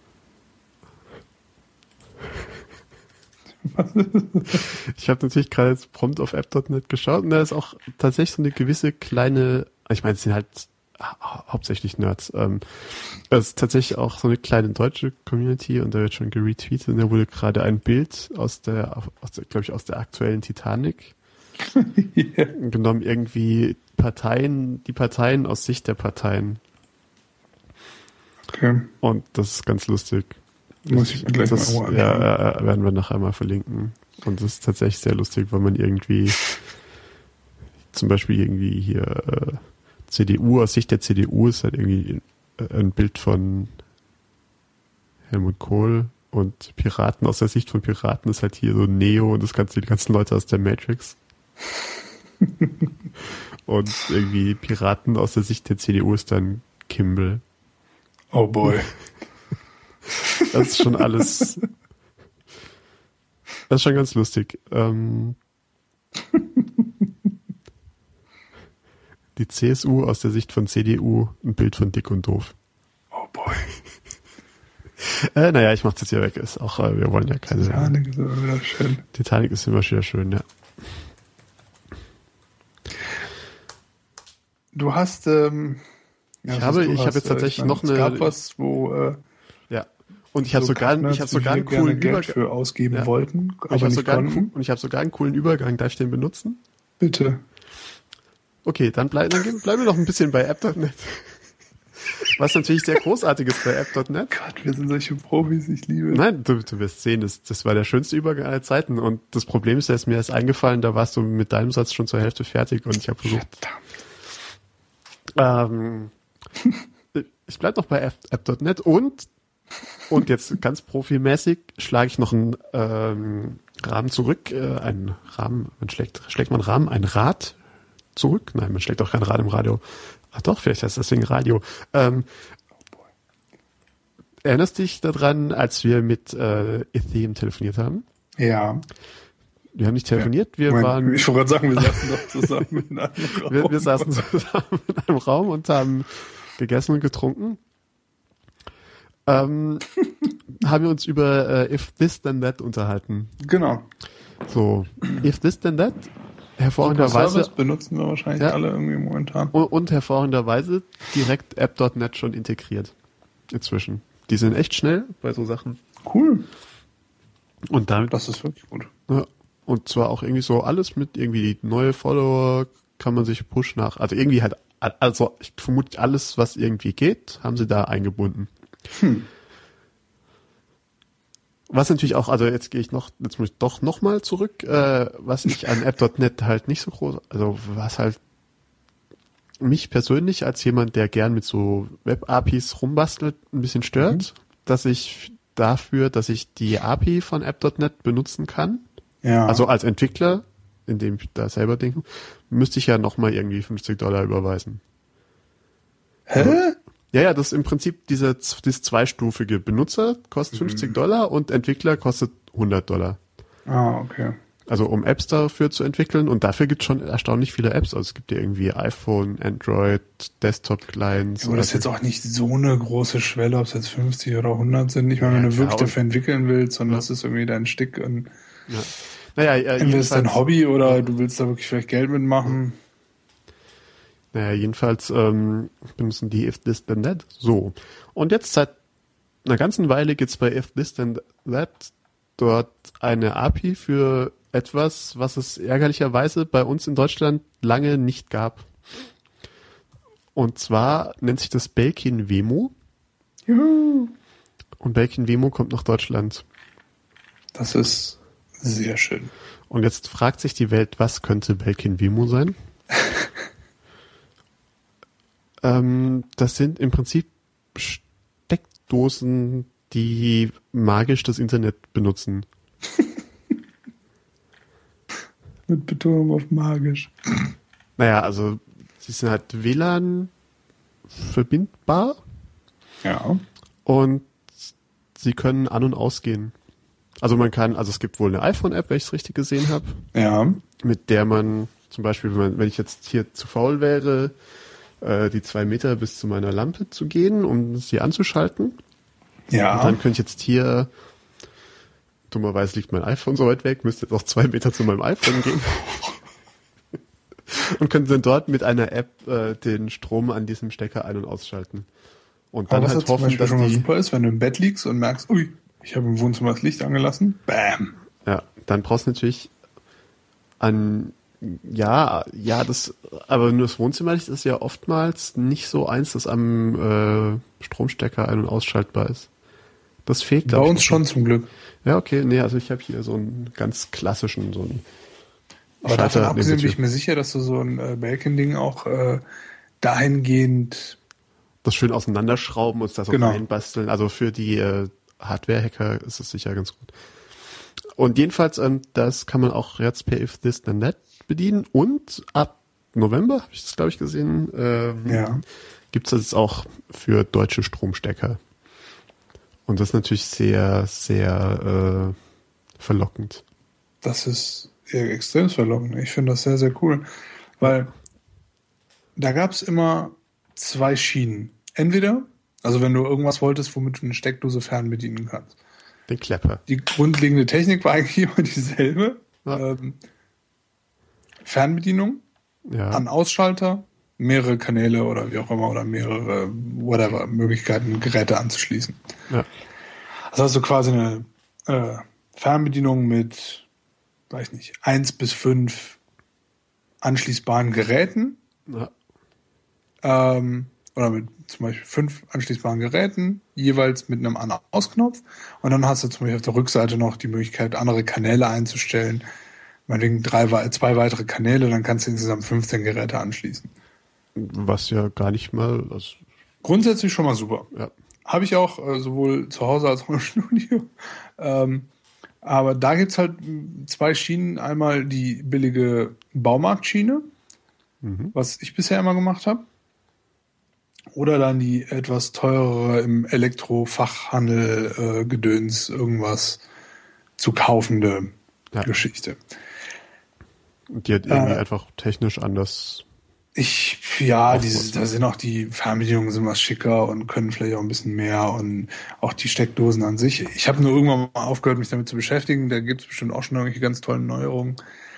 Ich habe natürlich gerade jetzt prompt auf app.net geschaut und da ist auch tatsächlich so eine gewisse kleine, ich meine, es sind halt hauptsächlich Nerds. Es ist tatsächlich auch so eine kleine deutsche Community und da wird schon geretweetet und da wurde gerade ein Bild aus der aktuellen Titanic genommen, irgendwie die Parteien aus Sicht der Parteien. Okay. Und das ist ganz lustig. Muss ich mir gleich mal anschauen. Ja, werden wir nachher mal verlinken. Und das ist tatsächlich sehr lustig, weil man irgendwie zum Beispiel irgendwie hier CDU, aus Sicht der CDU ist halt irgendwie ein Bild von Helmut Kohl und Piraten, aus der Sicht von Piraten ist halt hier so Neo und die ganzen Leute aus der Matrix. Und irgendwie Piraten aus der Sicht der CDU ist dann Kimball. Oh boy. Das ist schon alles. Das ist schon ganz lustig. Die CSU aus der Sicht von CDU, ein Bild von Dick und Doof. Oh boy. Naja, ich mach's jetzt hier weg. Ist auch, wir wollen ja keine. Titanic ist immer wieder schön. Titanic ist immer wieder schön, ja. Du hast, ich habe jetzt tatsächlich noch eine. Es gab was, wo. Ja. Und ich habe sogar einen coolen Geld für ausgeben wollten, aber nicht konnten. Und ich habe sogar einen coolen Übergang. Darf ich den benutzen? Bitte. Okay, dann bleiben wir noch ein bisschen bei app.net. Was natürlich sehr großartig ist bei app.net. Gott, wir sind solche Profis, ich liebe. Nein, du wirst sehen, das war der schönste Übergang aller Zeiten. Und das Problem ist, mir ist eingefallen, da warst du mit deinem Satz schon zur Hälfte fertig und ich habe versucht. Ich bleib noch bei app.net und jetzt ganz profimäßig schlage ich noch einen Rahmen zurück. Einen Rahmen, schlägt man Rahmen? Ein Rad zurück? Nein, man schlägt auch kein Rad im Radio. Ach doch, vielleicht heißt das deswegen Radio. Erinnerst dich daran, als wir mit Ethereum telefoniert haben? Ja. Wir haben nicht telefoniert, wir waren... Ich wollte gerade sagen, wir saßen doch zusammen in einem Raum. Wir saßen zusammen in einem Raum und haben gegessen und getrunken. Haben wir uns über If This Then That unterhalten. Genau. So, If This Then That, hervorragenderweise... benutzen wir wahrscheinlich alle irgendwie momentan. Und hervorragenderweise direkt app.net schon integriert. Inzwischen. Die sind echt schnell bei so Sachen. Cool. Und damit... Das ist wirklich gut. Ja, und zwar auch irgendwie so alles mit irgendwie neue Follower kann man sich push nach... Also irgendwie halt... Also ich vermute alles, was irgendwie geht, haben sie da eingebunden. Was natürlich auch, also jetzt muss ich doch nochmal zurück, was ich an app.net halt nicht so groß, also was halt mich persönlich als jemand, der gern mit so Web-APIs rumbastelt, ein bisschen stört, dass ich die API von app.net benutzen kann, also als Entwickler, indem ich da selber denke, müsste ich ja nochmal irgendwie $50 überweisen. Hä? Ja, das ist im Prinzip dieses zweistufige Benutzer kostet $50 und Entwickler kostet $100. Ah, okay. Also um Apps dafür zu entwickeln und dafür gibt es schon erstaunlich viele Apps. Also es gibt ja irgendwie iPhone, Android, Desktop-Clients. Ja, aber das ist jetzt auch nicht so eine große Schwelle, ob es jetzt 50 oder 100 sind. Ich meine, Ja, wenn du klar, wirklich dafür entwickeln willst und ja. das ist irgendwie dein Stick und Ja. Naja, entweder ist dein Hobby oder du willst da wirklich vielleicht Geld mitmachen. Naja, jedenfalls benutzen die If This Then That. So. Und jetzt seit einer ganzen Weile gibt's bei If This Then That dort eine API für etwas, was es ärgerlicherweise bei uns in Deutschland lange nicht gab. Und zwar nennt sich das Belkin Wemo. Juhu. Und Belkin Wemo kommt nach Deutschland. Das ist sehr schön. Und jetzt fragt sich die Welt, was könnte Belkin Wemo sein? Das sind im Prinzip Steckdosen, die magisch das Internet benutzen. Mit Betonung auf magisch. Naja, also sie sind halt WLAN verbindbar. Ja. Und sie können an- und ausgehen. Also es gibt wohl eine iPhone-App, wenn ich es richtig gesehen habe. Ja. Mit der man zum Beispiel, wenn ich jetzt hier zu faul wäre, die 2 Meter bis zu meiner Lampe zu gehen, um sie anzuschalten. Ja. Und dann könnte ich jetzt hier, dummerweise liegt mein iPhone so weit weg, müsste jetzt auch 2 Meter zu meinem iPhone gehen. Und könnte dann dort mit einer App den Strom an diesem Stecker ein- und ausschalten. Und dann was halt hoffen, dass schon mal die... super ist, wenn du im Bett liegst und merkst, ui, ich habe im Wohnzimmer das Licht angelassen. Bam. Ja, dann brauchst du natürlich aber nur das Wohnzimmerlicht ist ja oftmals nicht so eins, das am Stromstecker ein- und ausschaltbar ist. Das fehlt, Bei glaube ich. uns schon zum Glück. Ja, okay, nee, also ich habe hier so einen ganz klassischen, so einen Aber davon Schalter abgesehen neben bin der ich mir sicher, dass du so ein Belkin-Ding auch dahingehend das schön auseinanderschrauben und das auch Genau. reinbasteln. Also für die Hardware-Hacker ist es sicher ganz gut. Und jedenfalls, das kann man auch jetzt per If This Then That bedienen. Und ab November, habe ich das, glaube ich, gesehen, gibt es das jetzt auch für deutsche Stromstecker. Und das ist natürlich sehr, sehr verlockend. Das ist extrem verlockend. Ich finde das sehr, sehr cool. Weil da gab es immer 2 Schienen. Entweder, also wenn du irgendwas wolltest, womit du eine Steckdose fernbedienen kannst. Den Klepper. Die grundlegende Technik war eigentlich immer dieselbe. Ja. Fernbedienung, Ja. An-Ausschalter, mehrere Kanäle oder wie auch immer oder mehrere Möglichkeiten, Geräte anzuschließen. Ja. Also hast du quasi eine Fernbedienung mit, weiß nicht, 1 bis 5 anschließbaren Geräten. Ja. Oder mit zum Beispiel 5 anschließbaren Geräten, jeweils mit einem An-Aus-Knopf. Und dann hast du zum Beispiel auf der Rückseite noch die Möglichkeit, andere Kanäle einzustellen. Meinetwegen 2 weitere Kanäle, dann kannst du insgesamt 15 Geräte anschließen. Was ja gar nicht mal... Grundsätzlich schon mal super. Ja. Habe ich auch sowohl zu Hause als auch im Studio. Aber da gibt's halt 2 Schienen. Einmal die billige Baumarktschiene, was ich bisher immer gemacht habe. Oder dann die etwas teurere im Elektrofachhandel Gedöns irgendwas zu kaufende Geschichte. Die hat irgendwie einfach technisch anders. Da sind auch die Fernbedienungen sind was schicker und können vielleicht auch ein bisschen mehr und auch die Steckdosen an sich. Ich habe nur irgendwann mal aufgehört, mich damit zu beschäftigen. Da gibt es bestimmt auch schon irgendwelche ganz tollen Neuerungen.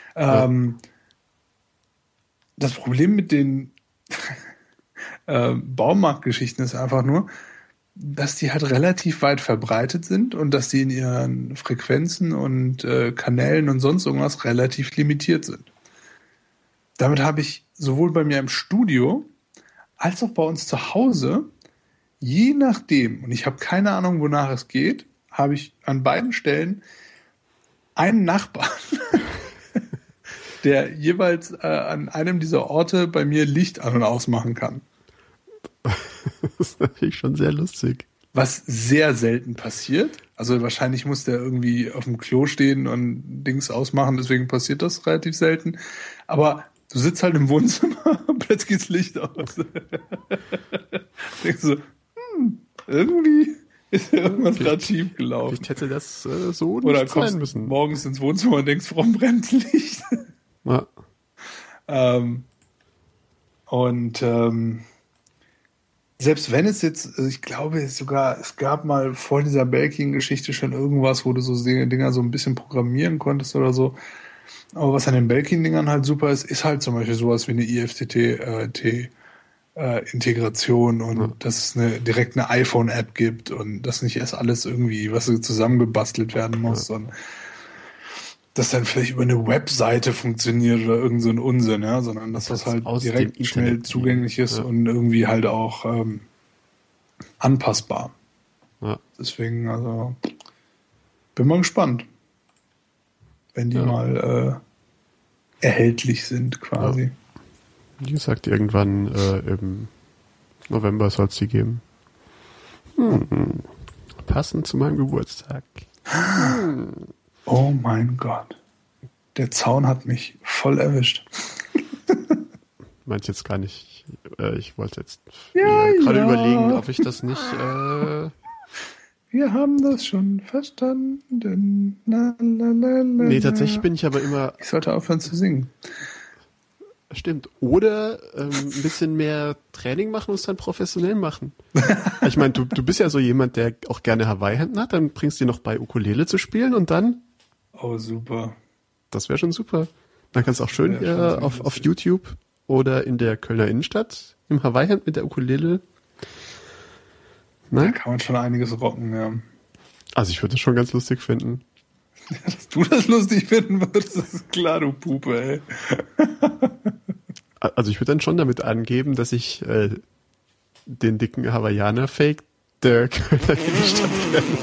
Das Problem mit den Baumarktgeschichten ist einfach nur, dass die halt relativ weit verbreitet sind und dass die in ihren Frequenzen und Kanälen und sonst irgendwas relativ limitiert sind. Damit habe ich sowohl bei mir im Studio als auch bei uns zu Hause, je nachdem, und ich habe keine Ahnung, wonach es geht, habe ich an beiden Stellen einen Nachbarn, der jeweils an einem dieser Orte bei mir Licht an- und ausmachen kann. Das ist natürlich schon sehr lustig. Was sehr selten passiert. Also wahrscheinlich muss der irgendwie auf dem Klo stehen und Dings ausmachen, deswegen passiert das relativ selten. Aber du sitzt halt im Wohnzimmer und plötzlich geht's Licht aus. Denkst so, irgendwie Ist ja irgendwas gerade schief gelaufen. Ich hätte das so Oder nicht kommst sein müssen. morgens ins Wohnzimmer und denkst, warum brennt Licht? Ja. Selbst wenn es jetzt, also ich glaube sogar, es gab mal vor dieser Belkin-Geschichte schon irgendwas, wo du so Dinger so ein bisschen programmieren konntest oder so. Aber was an den Belkin-Dingern halt super ist halt zum Beispiel sowas wie eine IFTTT-Integration und dass es direkt eine iPhone-App gibt und dass nicht erst alles irgendwie, was so zusammengebastelt werden muss und das dann vielleicht über eine Webseite funktioniert oder irgend so ein Unsinn, ja, sondern dass das halt direkt schnell zugänglich ist und irgendwie halt auch anpassbar. Ja. Deswegen, also bin mal gespannt, wenn die mal erhältlich sind quasi. Ja. Wie gesagt, irgendwann im November soll es sie geben. Passend zu meinem Geburtstag. Oh mein Gott. Der Zaun hat mich voll erwischt. Meint jetzt gar nicht. Ich wollte jetzt gerade überlegen, ob ich das nicht... Wir haben das schon verstanden. La, la, la, la, nee, tatsächlich bin ich aber immer... Ich sollte aufhören zu singen. Stimmt. Oder ein bisschen mehr Training machen und es dann professionell machen. Ich meine, du bist ja so jemand, der auch gerne Hawaii-Händen hat, dann bringst du dir noch bei, Ukulele zu spielen und dann... Oh, super. Das wäre schon super. Dann kannst du auch schön hier auf YouTube oder in der Kölner Innenstadt im Hawaii-Hemd mit der Ukulele. Da kann man schon einiges rocken, ja. Also ich würde das schon ganz lustig finden. Dass du das lustig finden würdest, ist klar, du Pupe, ey. Also ich würde dann schon damit angeben, dass ich den dicken Hawaiianer-Fake der Kölner Innenstadt kenne.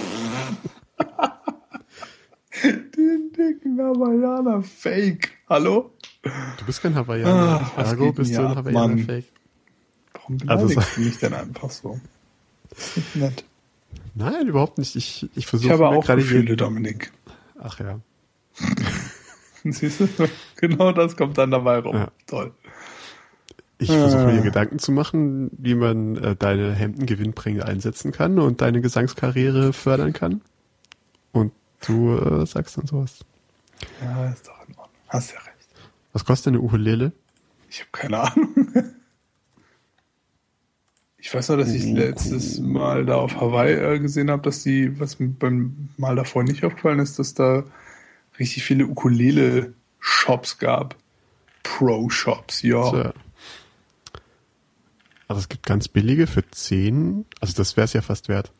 Den dicken Hawaiianer-Fake. Hallo? Du bist kein Hawaiianer. Ergo bist du ein Hawaiianer-Fake. Warum beleidigst du mich denn einfach so? Das ist nicht nett. Nein, überhaupt nicht. Ich versuche. Ich habe auch Gefühle, Dominik. Ach ja. Siehst du? Genau das kommt dann dabei rum. Ja. Toll. Ich versuche mir Gedanken zu machen, wie man deine Hemden gewinnbringend einsetzen kann und deine Gesangskarriere fördern kann. Und du sagst dann sowas. Ja, ist doch in Ordnung. Hast ja recht. Was kostet eine Ukulele? Ich habe keine Ahnung. Ich weiß nur, dass ich letztes Mal da auf Hawaii gesehen habe, dass was mir beim Mal davor nicht aufgefallen ist, dass da richtig viele Ukulele-Shops gab. Pro-Shops, ja. So. Also es gibt ganz billige für 10, also das wäre es ja fast wert.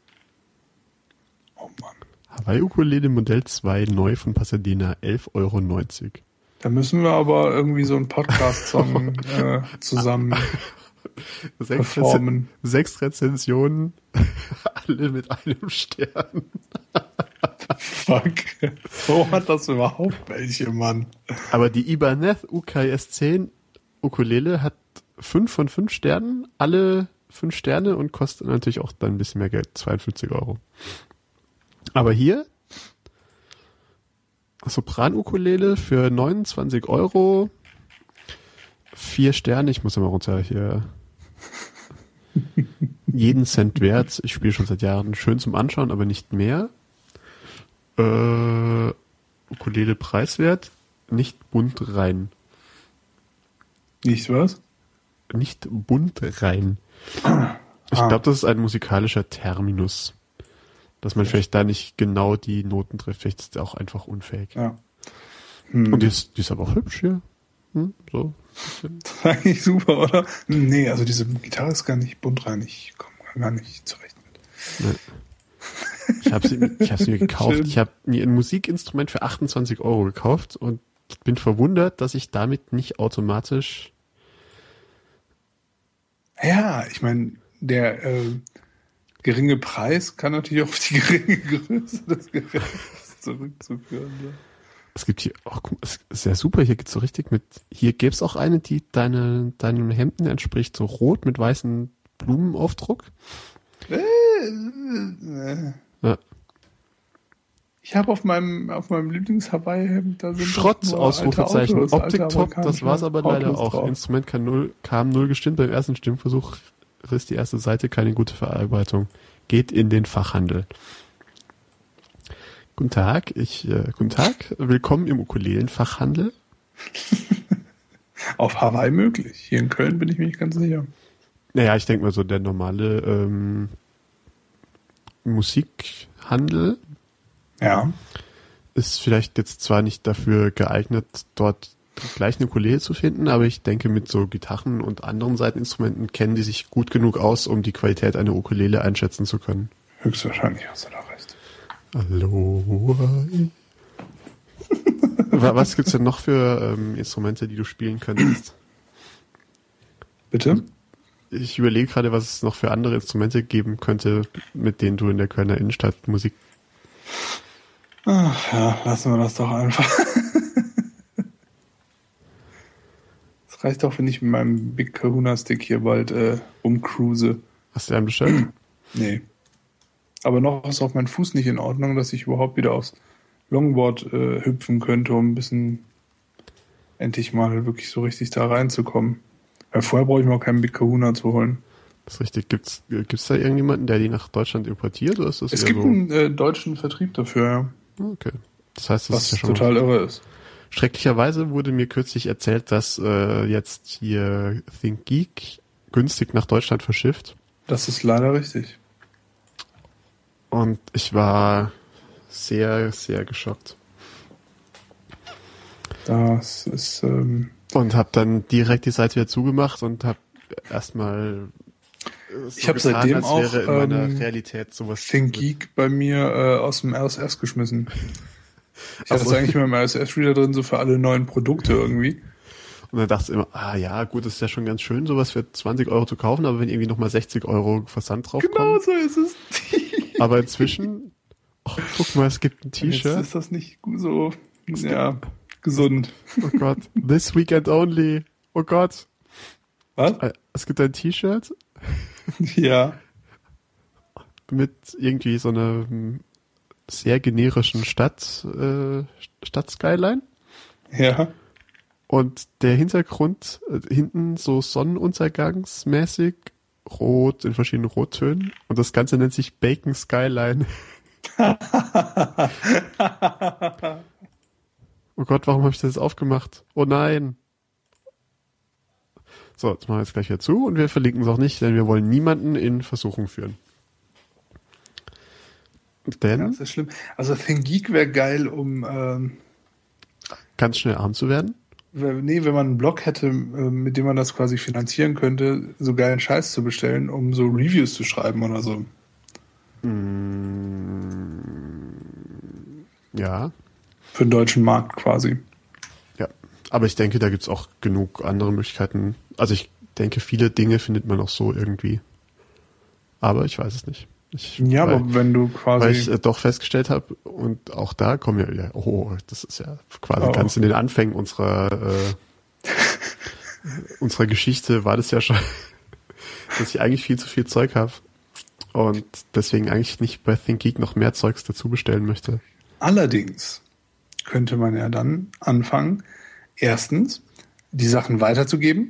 Oh Mann. Hawaii Ukulele Modell 2 neu von Pasadena, 11,90 €. Da müssen wir aber irgendwie so einen Podcast-Song zusammen performen. 6 Rezensionen, alle mit einem Stern. Fuck. Wo hat das überhaupt welche, Mann? Aber die Ibanez UKS 10 Ukulele hat 5 von 5 Sternen, alle 5 Sterne und kostet natürlich auch dann ein bisschen mehr Geld, 52 €. Aber hier Sopran-Ukulele für 29 €, 4 Sterne, ich muss immer runter hier, jeden Cent wert, ich spiele schon seit Jahren, schön zum Anschauen, aber nicht mehr. Ukulele preiswert, nicht bunt rein. Nicht was? Nicht bunt rein. Ich glaube, das ist ein musikalischer Terminus. Dass man vielleicht da nicht genau die Noten trifft. Vielleicht ist der auch einfach unfähig. Ja. Und die ist aber auch hübsch hier. So. Das ist eigentlich super, oder? Nee, also diese Gitarre ist gar nicht bunt rein. Ich komme gar nicht zurecht mit. Nee. Ich habe sie mir gekauft. Schön. Ich habe mir ein Musikinstrument für 28 € gekauft und bin verwundert, dass ich damit nicht automatisch... Ja, ich meine, der geringe Preis kann natürlich auch auf die geringe Größe des Geräts zurückzuführen. Ja. Es gibt hier auch, es ist ja super, hier geht's so richtig mit, hier gäbe es auch eine, die deinem Hemden entspricht, so rot mit weißem Blumenaufdruck. Ja. Ich habe auf meinem Lieblings-Hawaii-Hemd, da sind Schrott, Ausrufezeichen, Optik top, das war's aber leider auch. Drauf. Instrument kam null gestimmt, beim ersten Stimmversuch riss die erste Seite, keine gute Verarbeitung. geht in den Fachhandel. Guten Tag, willkommen im Ukulelenfachhandel. Auf Hawaii möglich. Hier in Köln bin ich mir nicht ganz sicher. Naja, ich denke mal so der normale Musikhandel ist vielleicht jetzt zwar nicht dafür geeignet, dort gleich eine Ukulele zu finden, aber ich denke, mit so Gitarren und anderen Saiteninstrumenten kennen die sich gut genug aus, um die Qualität einer Ukulele einschätzen zu können. Höchstwahrscheinlich hast du da recht. Hallo. Was gibt's denn noch für Instrumente, die du spielen könntest? Bitte? Ich überlege gerade, was es noch für andere Instrumente geben könnte, mit denen du in der Kölner Innenstadt Musik... Ach ja, lassen wir das doch einfach. Es reicht doch, wenn ich mit meinem Big Kahuna Stick hier bald rumcruise. Hast du einen bestellt? Nee. Aber noch ist auf mein Fuß nicht in Ordnung, dass ich überhaupt wieder aufs Longboard hüpfen könnte, um ein bisschen endlich mal wirklich so richtig da reinzukommen. Weil vorher brauche ich mir auch keinen Big Kahuna zu holen. Das ist richtig. Gibt's da irgendjemanden, der die nach Deutschland importiert? Oder ist das es gibt so einen deutschen Vertrieb dafür, ja. Okay. Das heißt, das was ist ja schon total irre ist. Schrecklicherweise wurde mir kürzlich erzählt, dass jetzt hier ThinkGeek günstig nach Deutschland verschifft. Das ist leider richtig. Und ich war sehr, sehr geschockt. Das ist... und habe dann direkt die Seite wieder zugemacht und habe erstmal so ich habe seitdem als auch wäre in meiner Realität sowas ThinkGeek bei mir aus dem RSS geschmissen. Ich hatte es eigentlich mal im RSS-Reader drin, so für alle neuen Produkte irgendwie. Und dann dachte ich immer, ja gut, das ist ja schon ganz schön, sowas für 20 Euro zu kaufen, aber wenn irgendwie nochmal 60 Euro Versand drauf Genau kommt. so ist es. Aber inzwischen, guck mal, es gibt ein Jetzt T-Shirt. ist das nicht so, gesund. Oh Gott, this weekend only. Oh Gott. Was? Es gibt ein T-Shirt Ja. mit irgendwie so einer sehr generischen Stadt-Skyline. Ja. Und der Hintergrund hinten so sonnenuntergangsmäßig rot in verschiedenen Rottönen. Und das Ganze nennt sich Bacon Skyline. Oh Gott, warum habe ich das jetzt aufgemacht? Oh nein. So, jetzt machen wir jetzt gleich wieder zu und wir verlinken es auch nicht, denn wir wollen niemanden in Versuchung führen. Denn Ja, das ist schlimm. Also ThinkGeek wäre geil, um ganz schnell arm zu werden. wenn man einen Blog hätte, mit dem man das quasi finanzieren könnte, so geilen Scheiß zu bestellen, um so Reviews zu schreiben oder so. Ja. Für den deutschen Markt quasi. Ja, aber ich denke, da gibt's auch genug andere Möglichkeiten. Also ich denke, viele Dinge findet man auch so irgendwie. Aber ich weiß es nicht. Aber wenn du quasi... Weil ich doch festgestellt habe, und auch da kommen wir wieder, das ist ja quasi ganz in den Anfängen unserer Geschichte war das ja schon, dass ich eigentlich viel zu viel Zeug habe und deswegen eigentlich nicht bei ThinkGeek noch mehr Zeugs dazu bestellen möchte. Allerdings könnte man ja dann anfangen, erstens die Sachen weiterzugeben.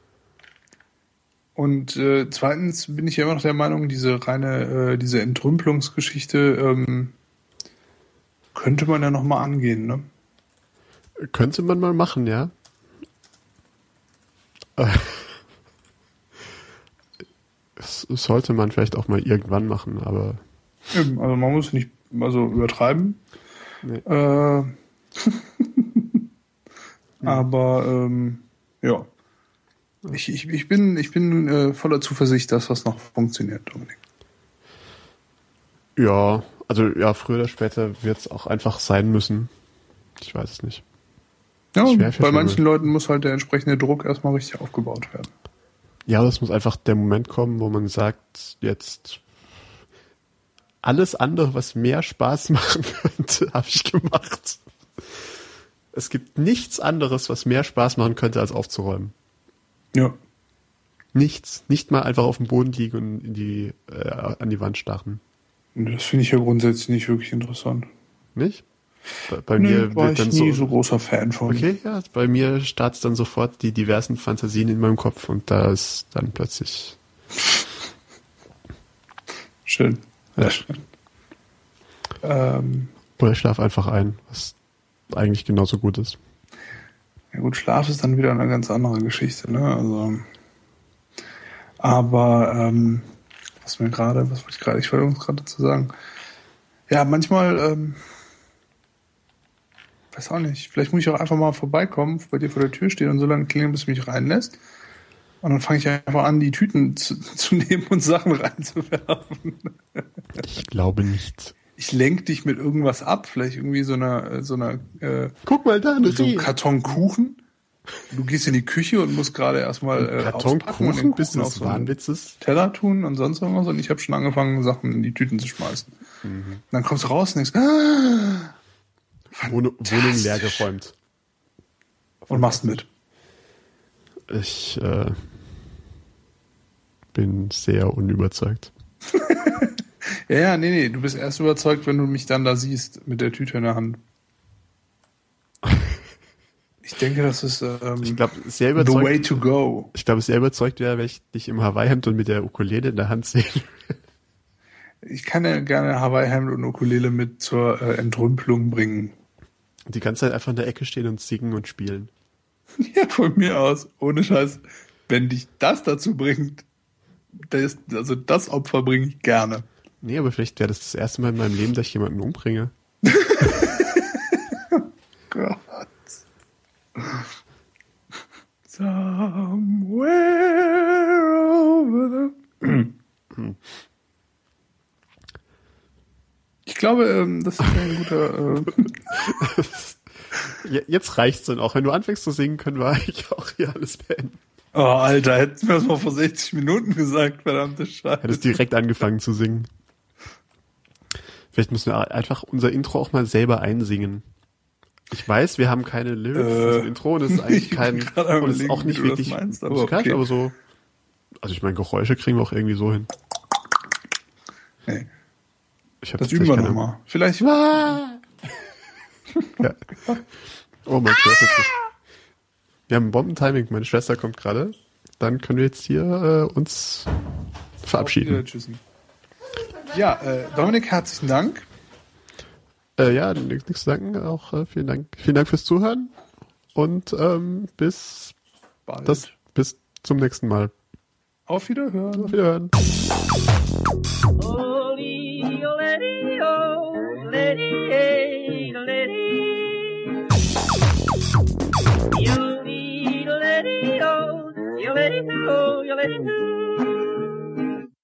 Und zweitens bin ich ja immer noch der Meinung, diese Entrümpelungsgeschichte könnte man ja nochmal angehen, ne? Könnte man mal machen, ja. Das sollte man vielleicht auch mal irgendwann machen, aber... Also man muss nicht übertreiben. Nee. Aber ja. Ich bin voller Zuversicht, dass das noch funktioniert, Dominik. Ja, also ja, früher oder später wird es auch einfach sein müssen. Ich weiß es nicht. Ja, bei manchen Leuten muss halt der entsprechende Druck erstmal richtig aufgebaut werden. Ja, das muss einfach der Moment kommen, wo man sagt, jetzt alles andere, was mehr Spaß machen könnte, habe ich gemacht. Es gibt nichts anderes, was mehr Spaß machen könnte, als aufzuräumen. Ja. Nichts. Nicht mal einfach auf dem Boden liegen und an die Wand starren. Das finde ich ja grundsätzlich nicht wirklich interessant. Nicht? Bei mir war wird dann ich nie so großer Fan von. Okay, ja, bei mir startet dann sofort die diversen Fantasien in meinem Kopf und da ist dann plötzlich Schön. Ja. Schön. Oder ich schlafe einfach ein, was eigentlich genauso gut ist. Ja gut, Schlaf ist dann wieder eine ganz andere Geschichte, ne? Also, aber was wollte ich gerade dazu sagen? Ja, manchmal, weiß auch nicht, vielleicht muss ich auch einfach mal vorbeikommen, bei dir vor der Tür stehen und so lange klingeln, bis du mich reinlässt. Und dann fange ich einfach an, die Tüten zu nehmen und Sachen reinzuwerfen. Ich glaube nicht. Ich lenke dich mit irgendwas ab, vielleicht irgendwie so einer Guck mal da, so ein Karton Kuchen. Du gehst in die Küche und musst gerade erstmal Karton auspacken und den Kuchen, Kuchen bis auf es so einen Wahnwitzes. Teller tun und sonst irgendwas. Und ich habe schon angefangen, Sachen in die Tüten zu schmeißen. Und dann kommst du raus und denkst, Wohnung leer geräumt. und machst mit. Ich bin sehr unüberzeugt. Ja, nee, du bist erst überzeugt, wenn du mich dann da siehst, mit der Tüte in der Hand. Ich denke, das ist Ich glaube, sehr the überzeugt. way to go. Ich glaube, sehr überzeugt wäre, wenn ich dich im Hawaii-Hemd und mit der Ukulele in der Hand sehe. Ich kann ja gerne Hawaii-Hemd und Ukulele mit zur Entrümpelung bringen. Die ganze Zeit einfach in der Ecke stehen und singen und spielen. Ja, von mir aus. Ohne Scheiß. Wenn dich das dazu bringt, das Opfer bringe ich gerne. Nee, aber vielleicht wäre das erste Mal in meinem Leben, dass ich jemanden umbringe. Gott. Somewhere over the... Ich glaube, das ist ein guter... Jetzt reicht's dann auch. Wenn du anfängst zu singen, können wir eigentlich auch hier alles beenden. Oh, Alter, hättest du mir das mal vor 60 Minuten gesagt, verdammte Scheiße. Hättest direkt angefangen zu singen. Vielleicht müssen wir einfach unser Intro auch mal selber einsingen. Ich weiß, wir haben keine Lyrics für das Intro und es ist eigentlich und es ist auch nicht wirklich musikalisch, aber so. Also ich meine, Geräusche kriegen wir auch irgendwie so hin. Nee. Das üben wir nochmal. Vielleicht. Ja. Oh mein Gott. Wir haben ein Bombentiming. Meine Schwester kommt gerade. Dann können wir jetzt hier uns verabschieden. Ja, Dominik, herzlichen Dank. Ja, nichts zu danken. Auch vielen Dank. Vielen Dank fürs Zuhören. Und bis zum nächsten Mal. Auf Wiederhören. Auf Wiederhören. You let it go, you let it go.